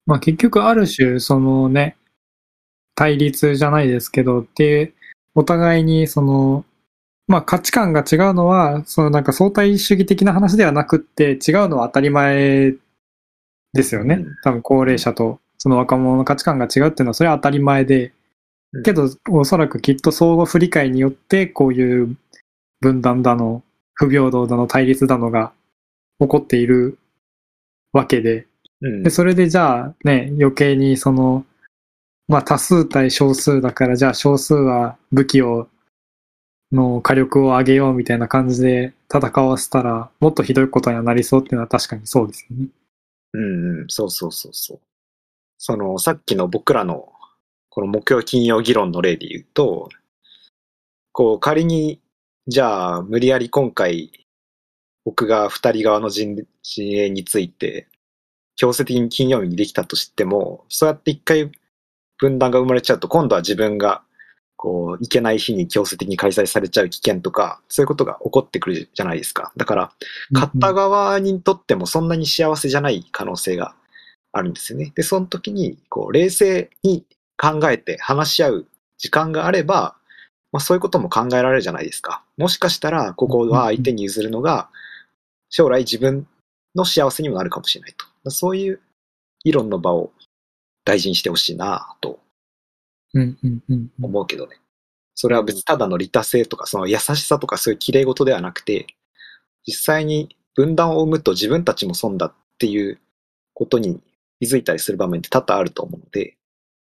まあ結局ある種、そのね、対立じゃないですけど、っていう、お互いにその、まあ価値観が違うのは、そのなんか相対主義的な話ではなくって、違うのは当たり前ですよね。多分高齢者とその若者の価値観が違うっていうのはそれは当たり前で、けどおそらくきっと相互不理解によってこういう分断だの、不平等だの、対立だのが起こっているわけで、でそれでじゃあね、余計にその、まあ多数対少数だから、じゃあ少数は武器を、の火力を上げようみたいな感じで戦わせたら、もっとひどいことにはなりそうっていうのは確かにそうですよね。 そうそうそうそう。その、さっきの僕らの、この木曜金曜議論の例で言うと、こう、仮に、じゃあ、無理やり今回、僕が二人側の陣営について、強制的に金曜日にできたとしても、そうやって一回分断が生まれちゃうと、今度は自分が、こう、行けない日に強制的に開催されちゃう危険とか、そういうことが起こってくるじゃないですか。だから、勝った側にとってもそんなに幸せじゃない可能性があるんですよね。で、その時に、こう、冷静に考えて話し合う時間があれば、まあそういうことも考えられるじゃないですか。もしかしたら、ここは相手に譲るのが、将来自分の幸せにもなるかもしれないと。そういう議論の場を大事にしてほしいなと思うけどね。それは別にただの利他性とか、その優しさとかそういう綺麗事ではなくて、実際に分断を生むと自分たちも損だっていうことに気づいたりする場面って多々あると思うので。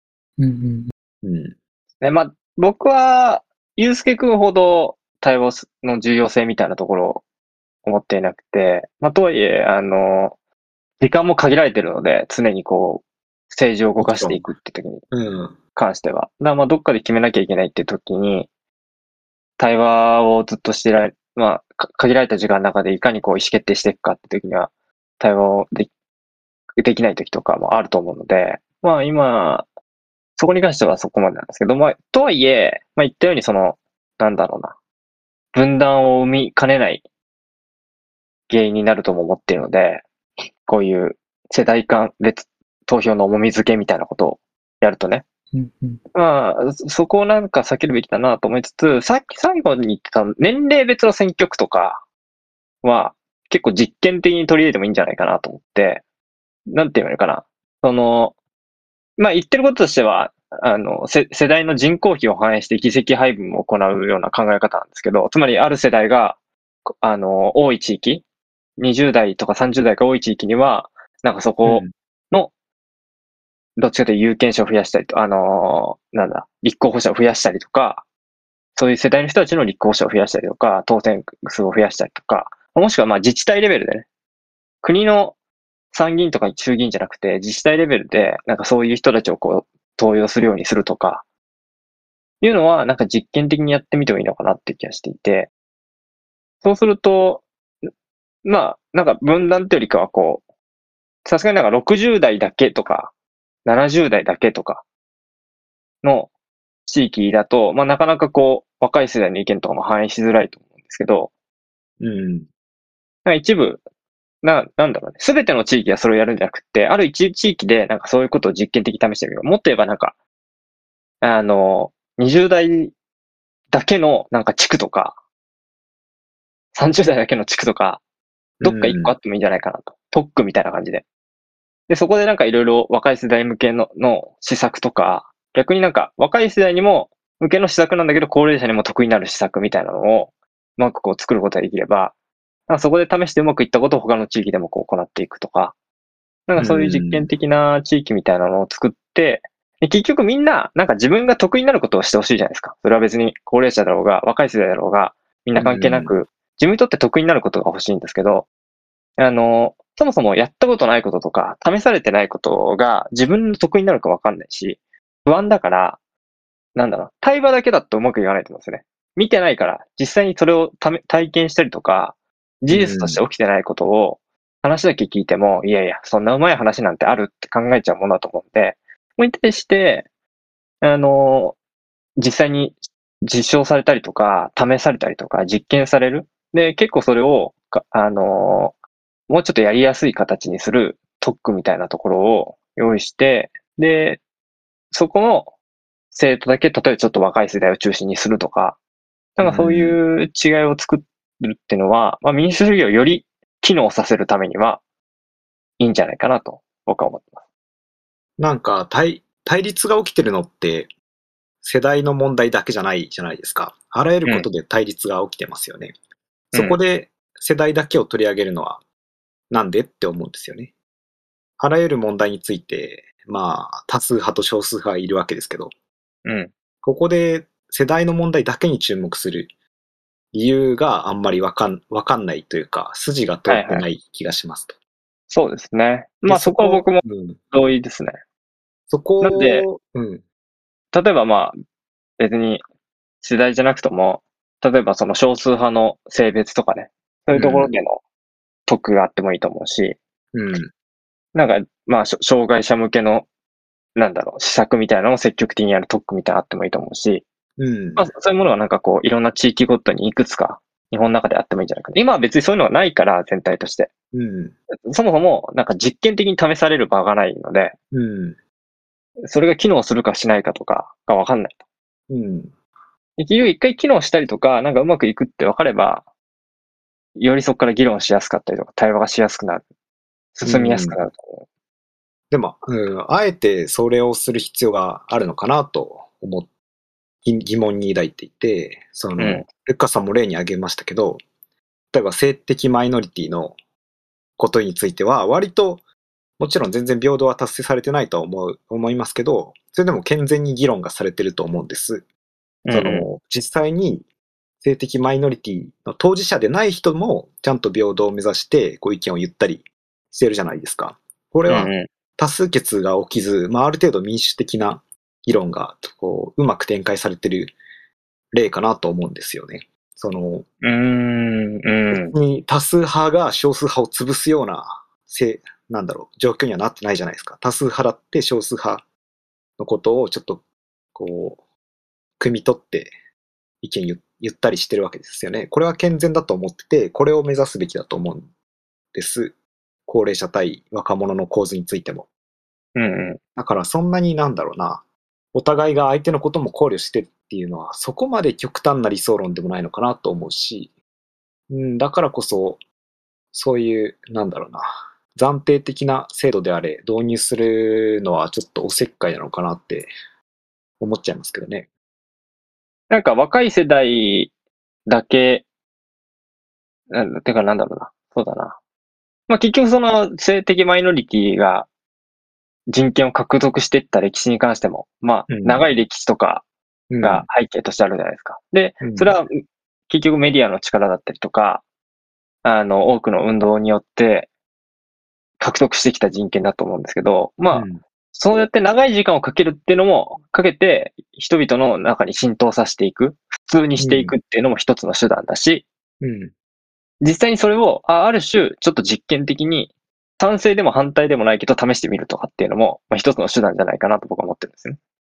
まあ、僕は、ゆうすけくんほど対話の重要性みたいなところを思っていなくて、まあ、とはいえ、時間も限られてるので、常にこう、政治を動かしていくって時に関しては。だからまあ、どっかで決めなきゃいけないって時に、対話をずっとしてまあ、限られた時間の中でいかにこう意思決定していくかって時には、対話をできない時とかもあると思うので、まあ今、そこに関してはそこまでなんですけど、まあ、とはいえ、まあ言ったようにその、なんだろうな、分断を生みかねない原因になるとも思っているので、こういう世代間別投票の重み付けみたいなことをやるとね。まあ、そこをなんか避けるべきだなと思いつつ、さっき最後に言ってた年齢別の選挙区とかは結構実験的に取り入れてもいいんじゃないかなと思って、なんて言うのかな。その、まあ言ってることとしては、世代の人口比を反映して議席配分を行うような考え方なんですけど、つまりある世代が、多い地域、20代とか30代が多い地域には、なんかそこの、どっちかというと有権者を増やしたりと、立候補者を増やしたりとか、そういう世代の人たちの立候補者を増やしたりとか、当選数を増やしたりとか、もしくはまあ自治体レベルでね、国の参議院とか衆議院じゃなくて、自治体レベルで、なんかそういう人たちをこう、登用するようにするとか、いうのは、なんか実験的にやってみてもいいのかなって気がしていて、そうすると、まあ、なんか分断ってよりかはこう、さすがになんか60代だけとか、70代だけとかの地域だと、まあなかなかこう、若い世代の意見とかも反映しづらいと思うんですけど、一部、なんだろうね。すべての地域がそれをやるんじゃなくて、ある一地域でなんかそういうことを実験的に試してみよう。もっと言えばなんか、20代だけのなんか地区とか、30代だけの地区とか、どっか1個あってもいいんじゃないかなと。特区みたいな感じで。で、そこでなんかいろいろ若い世代向けの施策とか、逆になんか若い世代にも向けの施策なんだけど、高齢者にも得意になる施策みたいなのを、うまくこう作ることができれば、なんかそこで試してうまくいったことを他の地域でもこう行っていくとか、なんかそういう実験的な地域みたいなのを作って、で結局みんな、なんか自分が得意になることをしてほしいじゃないですか。それは別に高齢者だろうが、若い世代だろうが、みんな関係なく、自分にとって得意になることが欲しいんですけど、そもそもやったことないこととか、試されてないことが自分の得意になるかわかんないし、不安だから、なんだろう、対話だけだとうまくいかないと思うんですよね。見てないから、実際にそれを体験したりとか、事実として起きてないことを話だけ聞いても、いやいや、そんなうまい話なんてあるって考えちゃうものだと思うんで、そこに対して、実際に実証されたりとか、試されたりとか、実験される。で、結構それを、もうちょっとやりやすい形にする特区みたいなところを用意して、で、そこの生徒だけ、例えばちょっと若い世代を中心にするとか、なんかそういう違いを作るっていうのは、まあ民主主義をより機能させるためにはいいんじゃないかなと僕は思ってます。 なんか対立が起きてるのって世代の問題だけじゃないじゃないですか。あらゆることで対立が起きてますよね。そこで世代だけを取り上げるのはなんでって思うんですよね。あらゆる問題について、まあ多数派と少数派いるわけですけど、ここで世代の問題だけに注目する理由があんまりわかんないというか、筋が通ってない気がしますと。 そうですね。まあそこは僕も同意ですね。 そこなんで、例えばまあ別に世代じゃなくとも、例えばその少数派の性別とかね、そういうところでの特があってもいいと思うし、なんかまあ障害者向けの施策みたいなのを積極的にやる特区みたいなのあってもいいと思うし、まあそういうものはなんかこういろんな地域ごとにいくつか日本の中であってもいいんじゃないかな。今は別にそういうのがないから全体として。そもそもなんか実験的に試される場がないので、それが機能するかしないかとかがわかんないと。結局一回機能したりとか、なんかうまくいくって分かれば、よりそこから議論しやすかったりとか、対話がしやすくなる。進みやすくなると思う。 でも、あえてそれをする必要があるのかなと疑問に抱いていて、ルッカさんも例に挙げましたけど、例えば性的マイノリティのことについては、割と、もちろん全然平等は達成されてないとは思いますけど、それでも健全に議論がされてると思うんです。実際に性的マイノリティの当事者でない人もちゃんと平等を目指してご意見を言ったりしてるじゃないですか。これは多数決が起きず、まあ、ある程度民主的な議論がこううまく展開されてる例かなと思うんですよね。に多数派が少数派を潰すような状況にはなってないじゃないですか。多数派だって少数派のことをちょっとこう汲み取って意見言ったりしてるわけですよね。これは健全だと思ってて、これを目指すべきだと思うんです。高齢者対若者の構図についても。だからそんなにお互いが相手のことも考慮してっていうのはそこまで極端な理想論でもないのかなと思うし、だからこそそういう暫定的な制度であれ導入するのはちょっとおせっかいなのかなって思っちゃいますけどね。 なんか若い世代だけ、そうだな。まあ結局その性的マイノリティが人権を獲得していった歴史に関しても、まあ長い歴史とかが背景としてあるじゃないですか。で、それは結局メディアの力だったりとか、多くの運動によって獲得してきた人権だと思うんですけど、まあ、そうやって長い時間をかけるっていうのも、かけて人々の中に浸透させていく、普通にしていくっていうのも一つの手段だし、実際にそれを、ある種、ちょっと実験的に、賛成でも反対でもないけど試してみるとかっていうのも、まあ、一つの手段じゃないかなと僕は思ってるんですよ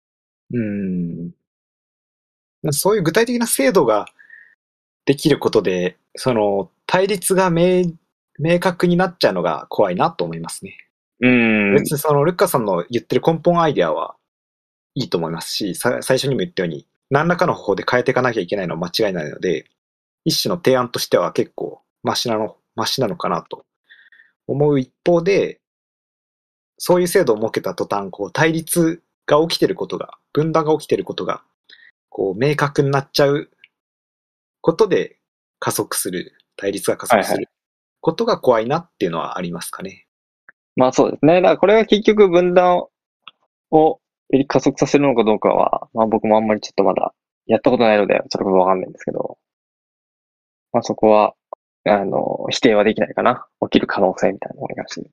ね。そういう具体的な制度ができることで、対立が明確になっちゃうのが怖いなと思いますね。別にルッカさんの言ってる根本アイデアはいいと思いますし、最初にも言ったように、何らかの方法で変えていかなきゃいけないのは間違いないので、一種の提案としては結構マシなのかなと思う一方で、そういう制度を設けた途端、対立が起きてることが、分断が起きてることが、明確になっちゃうことで対立が加速することが怖いなっていうのはありますかね。 まあそうですね。だからこれが結局分断をより加速させるのかどうかは、まあ僕もあんまりちょっとまだやったことないので、それこそわかんないんですけど、まあそこは、否定はできないかな。起きる可能性みたいなものがしている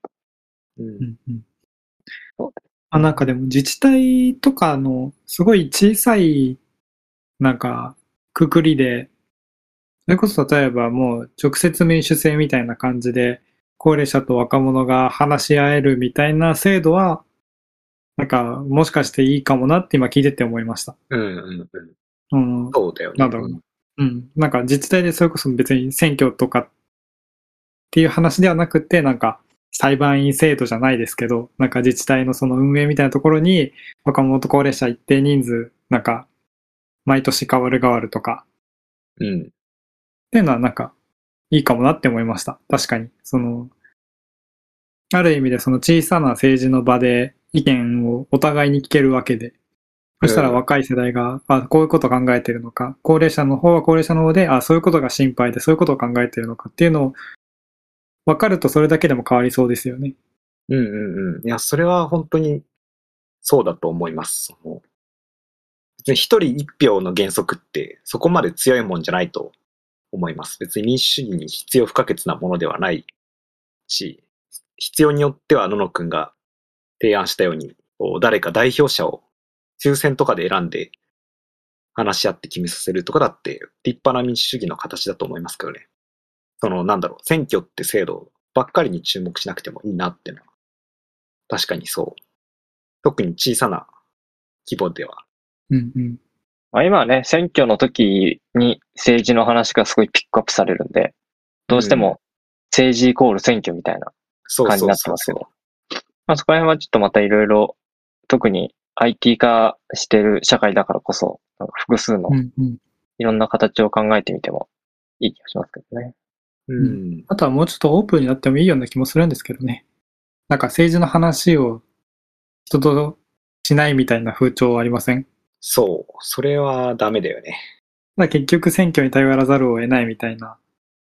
と。なんかでも自治体とかのすごい小さいくくりで、それこそ例えばもう直接民主制みたいな感じで高齢者と若者が話し合えるみたいな制度はもしかしていいかもなって今聞いてて思いました。 そうだよね。 自治体でそれこそ別に選挙とかっていう話ではなくて裁判員制度じゃないですけど、なんか自治体のその運営みたいなところに若者と高齢者一定人数、なんか毎年変わるとか、 うん。 っていうのはなんかいいかもなって思いました。確かに。ある意味でその小さな政治の場で意見をお互いに聞けるわけで、そしたら若い世代が、こういうことを考えてるのか、高齢者の方は高齢者の方で、そういうことが心配で、そういうことを考えてるのかっていうのを分かるとそれだけでも変わりそうですよね。 うんうんうん。いや、それは本当にそうだと思います。別に一人一票の原則ってそこまで強いもんじゃないと思います。別に民主主義に必要不可欠なものではないし、必要によっては野野くんが提案したように、誰か代表者を抽選とかで選んで話し合って決めさせるとかだって立派な民主主義の形だと思いますけどね。選挙って制度ばっかりに注目しなくてもいいなっていうのは確かにそう。特に小さな規模では。 うんうん。 まあ今はね、選挙の時に政治の話がすごいピックアップされるんで、どうしても政治イコール選挙みたいな感じになってますけど、まあそこら辺はちょっとまたいろいろ、特に IT 化してる社会だからこそ、複数のいろんな形を考えてみてもいい気がしますけどね。 あとはもうちょっとオープンになってもいいような気もするんですけどね。なんか政治の話を人としないみたいな風潮はありません？ そう。それはダメだよね。 結局選挙に頼らざるを得ないみたいな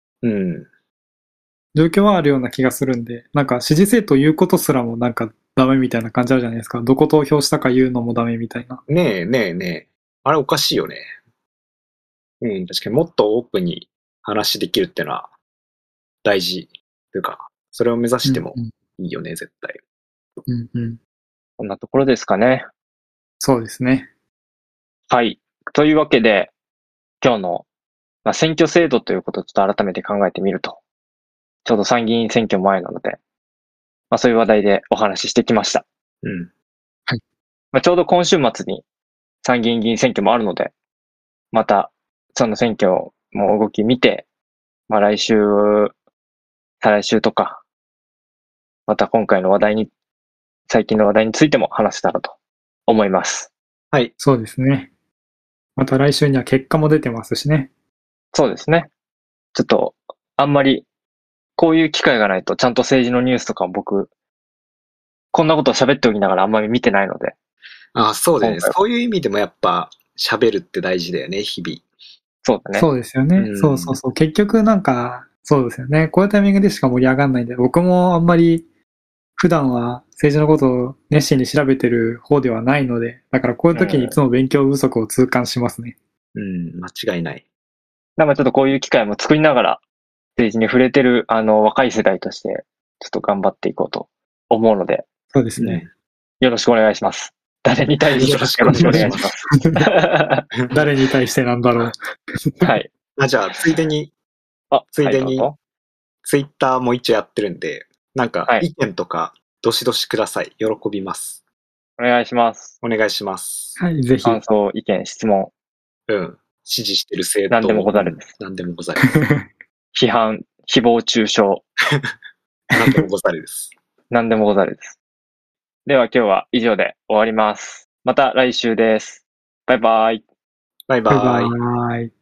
状況はあるような気がするんで、なんか支持政党言うことすらもなんかダメみたいな感じあるじゃないですか。どこ投票したか言うのもダメみたいな。 ねえ。あれおかしいよね。確かにもっとオープンに話できるってのは大事というか、それを目指してもいいよね、絶対。 こんなところですかね。 そうですね。 はい。というわけで、今日の、選挙制度ということをちょっと改めて考えてみると、ちょうど参議院選挙前なので、そういう話題でお話ししてきました。 はい。 ちょうど今週末に参議院議員選挙もあるので、また、その選挙も動き見て、来週、再来週とか、また今回の話題に、最近の話題についても話せたらと思います。 はい。そうですね。また来週には結果も出てますしね。 そうですね。ちょっと、あんまり、こういう機会がないと、ちゃんと政治のニュースとか僕、こんなことを喋っておきながらあんまり見てないので。 そうだよね。そういう意味でもやっぱ、喋るって大事だよね、日々。 そうだね。 そうですよね。そう。結局なんか、そうですよね。こういうタイミングでしか盛り上がんないんで、僕もあんまり普段は政治のことを熱心に調べてる方ではないので、だからこういう時にいつも勉強不足を痛感しますね。 間違いない。 ちょっとこういう機会も作りながら、政治に触れてる、若い世代として、ちょっと頑張っていこうと思うので。 そうですね。 よろしくお願いします。誰に対してよろしくお願いします。 誰に対してなんだろう。はい。 じゃあ、ついでに、ツイッターも一応やってるんで、なんか、意見とか、どしどしください。喜びます。 お願いします。 お願いします。 はい、ぜひ。 感想、意見、質問。 支持してる政党。 何でもござるです。 何でもござるです。 批判、誹謗中傷。 何でもござるです。 何でもござるです。では今日は以上で終わります。また来週です。バイバイ。 バイバイ。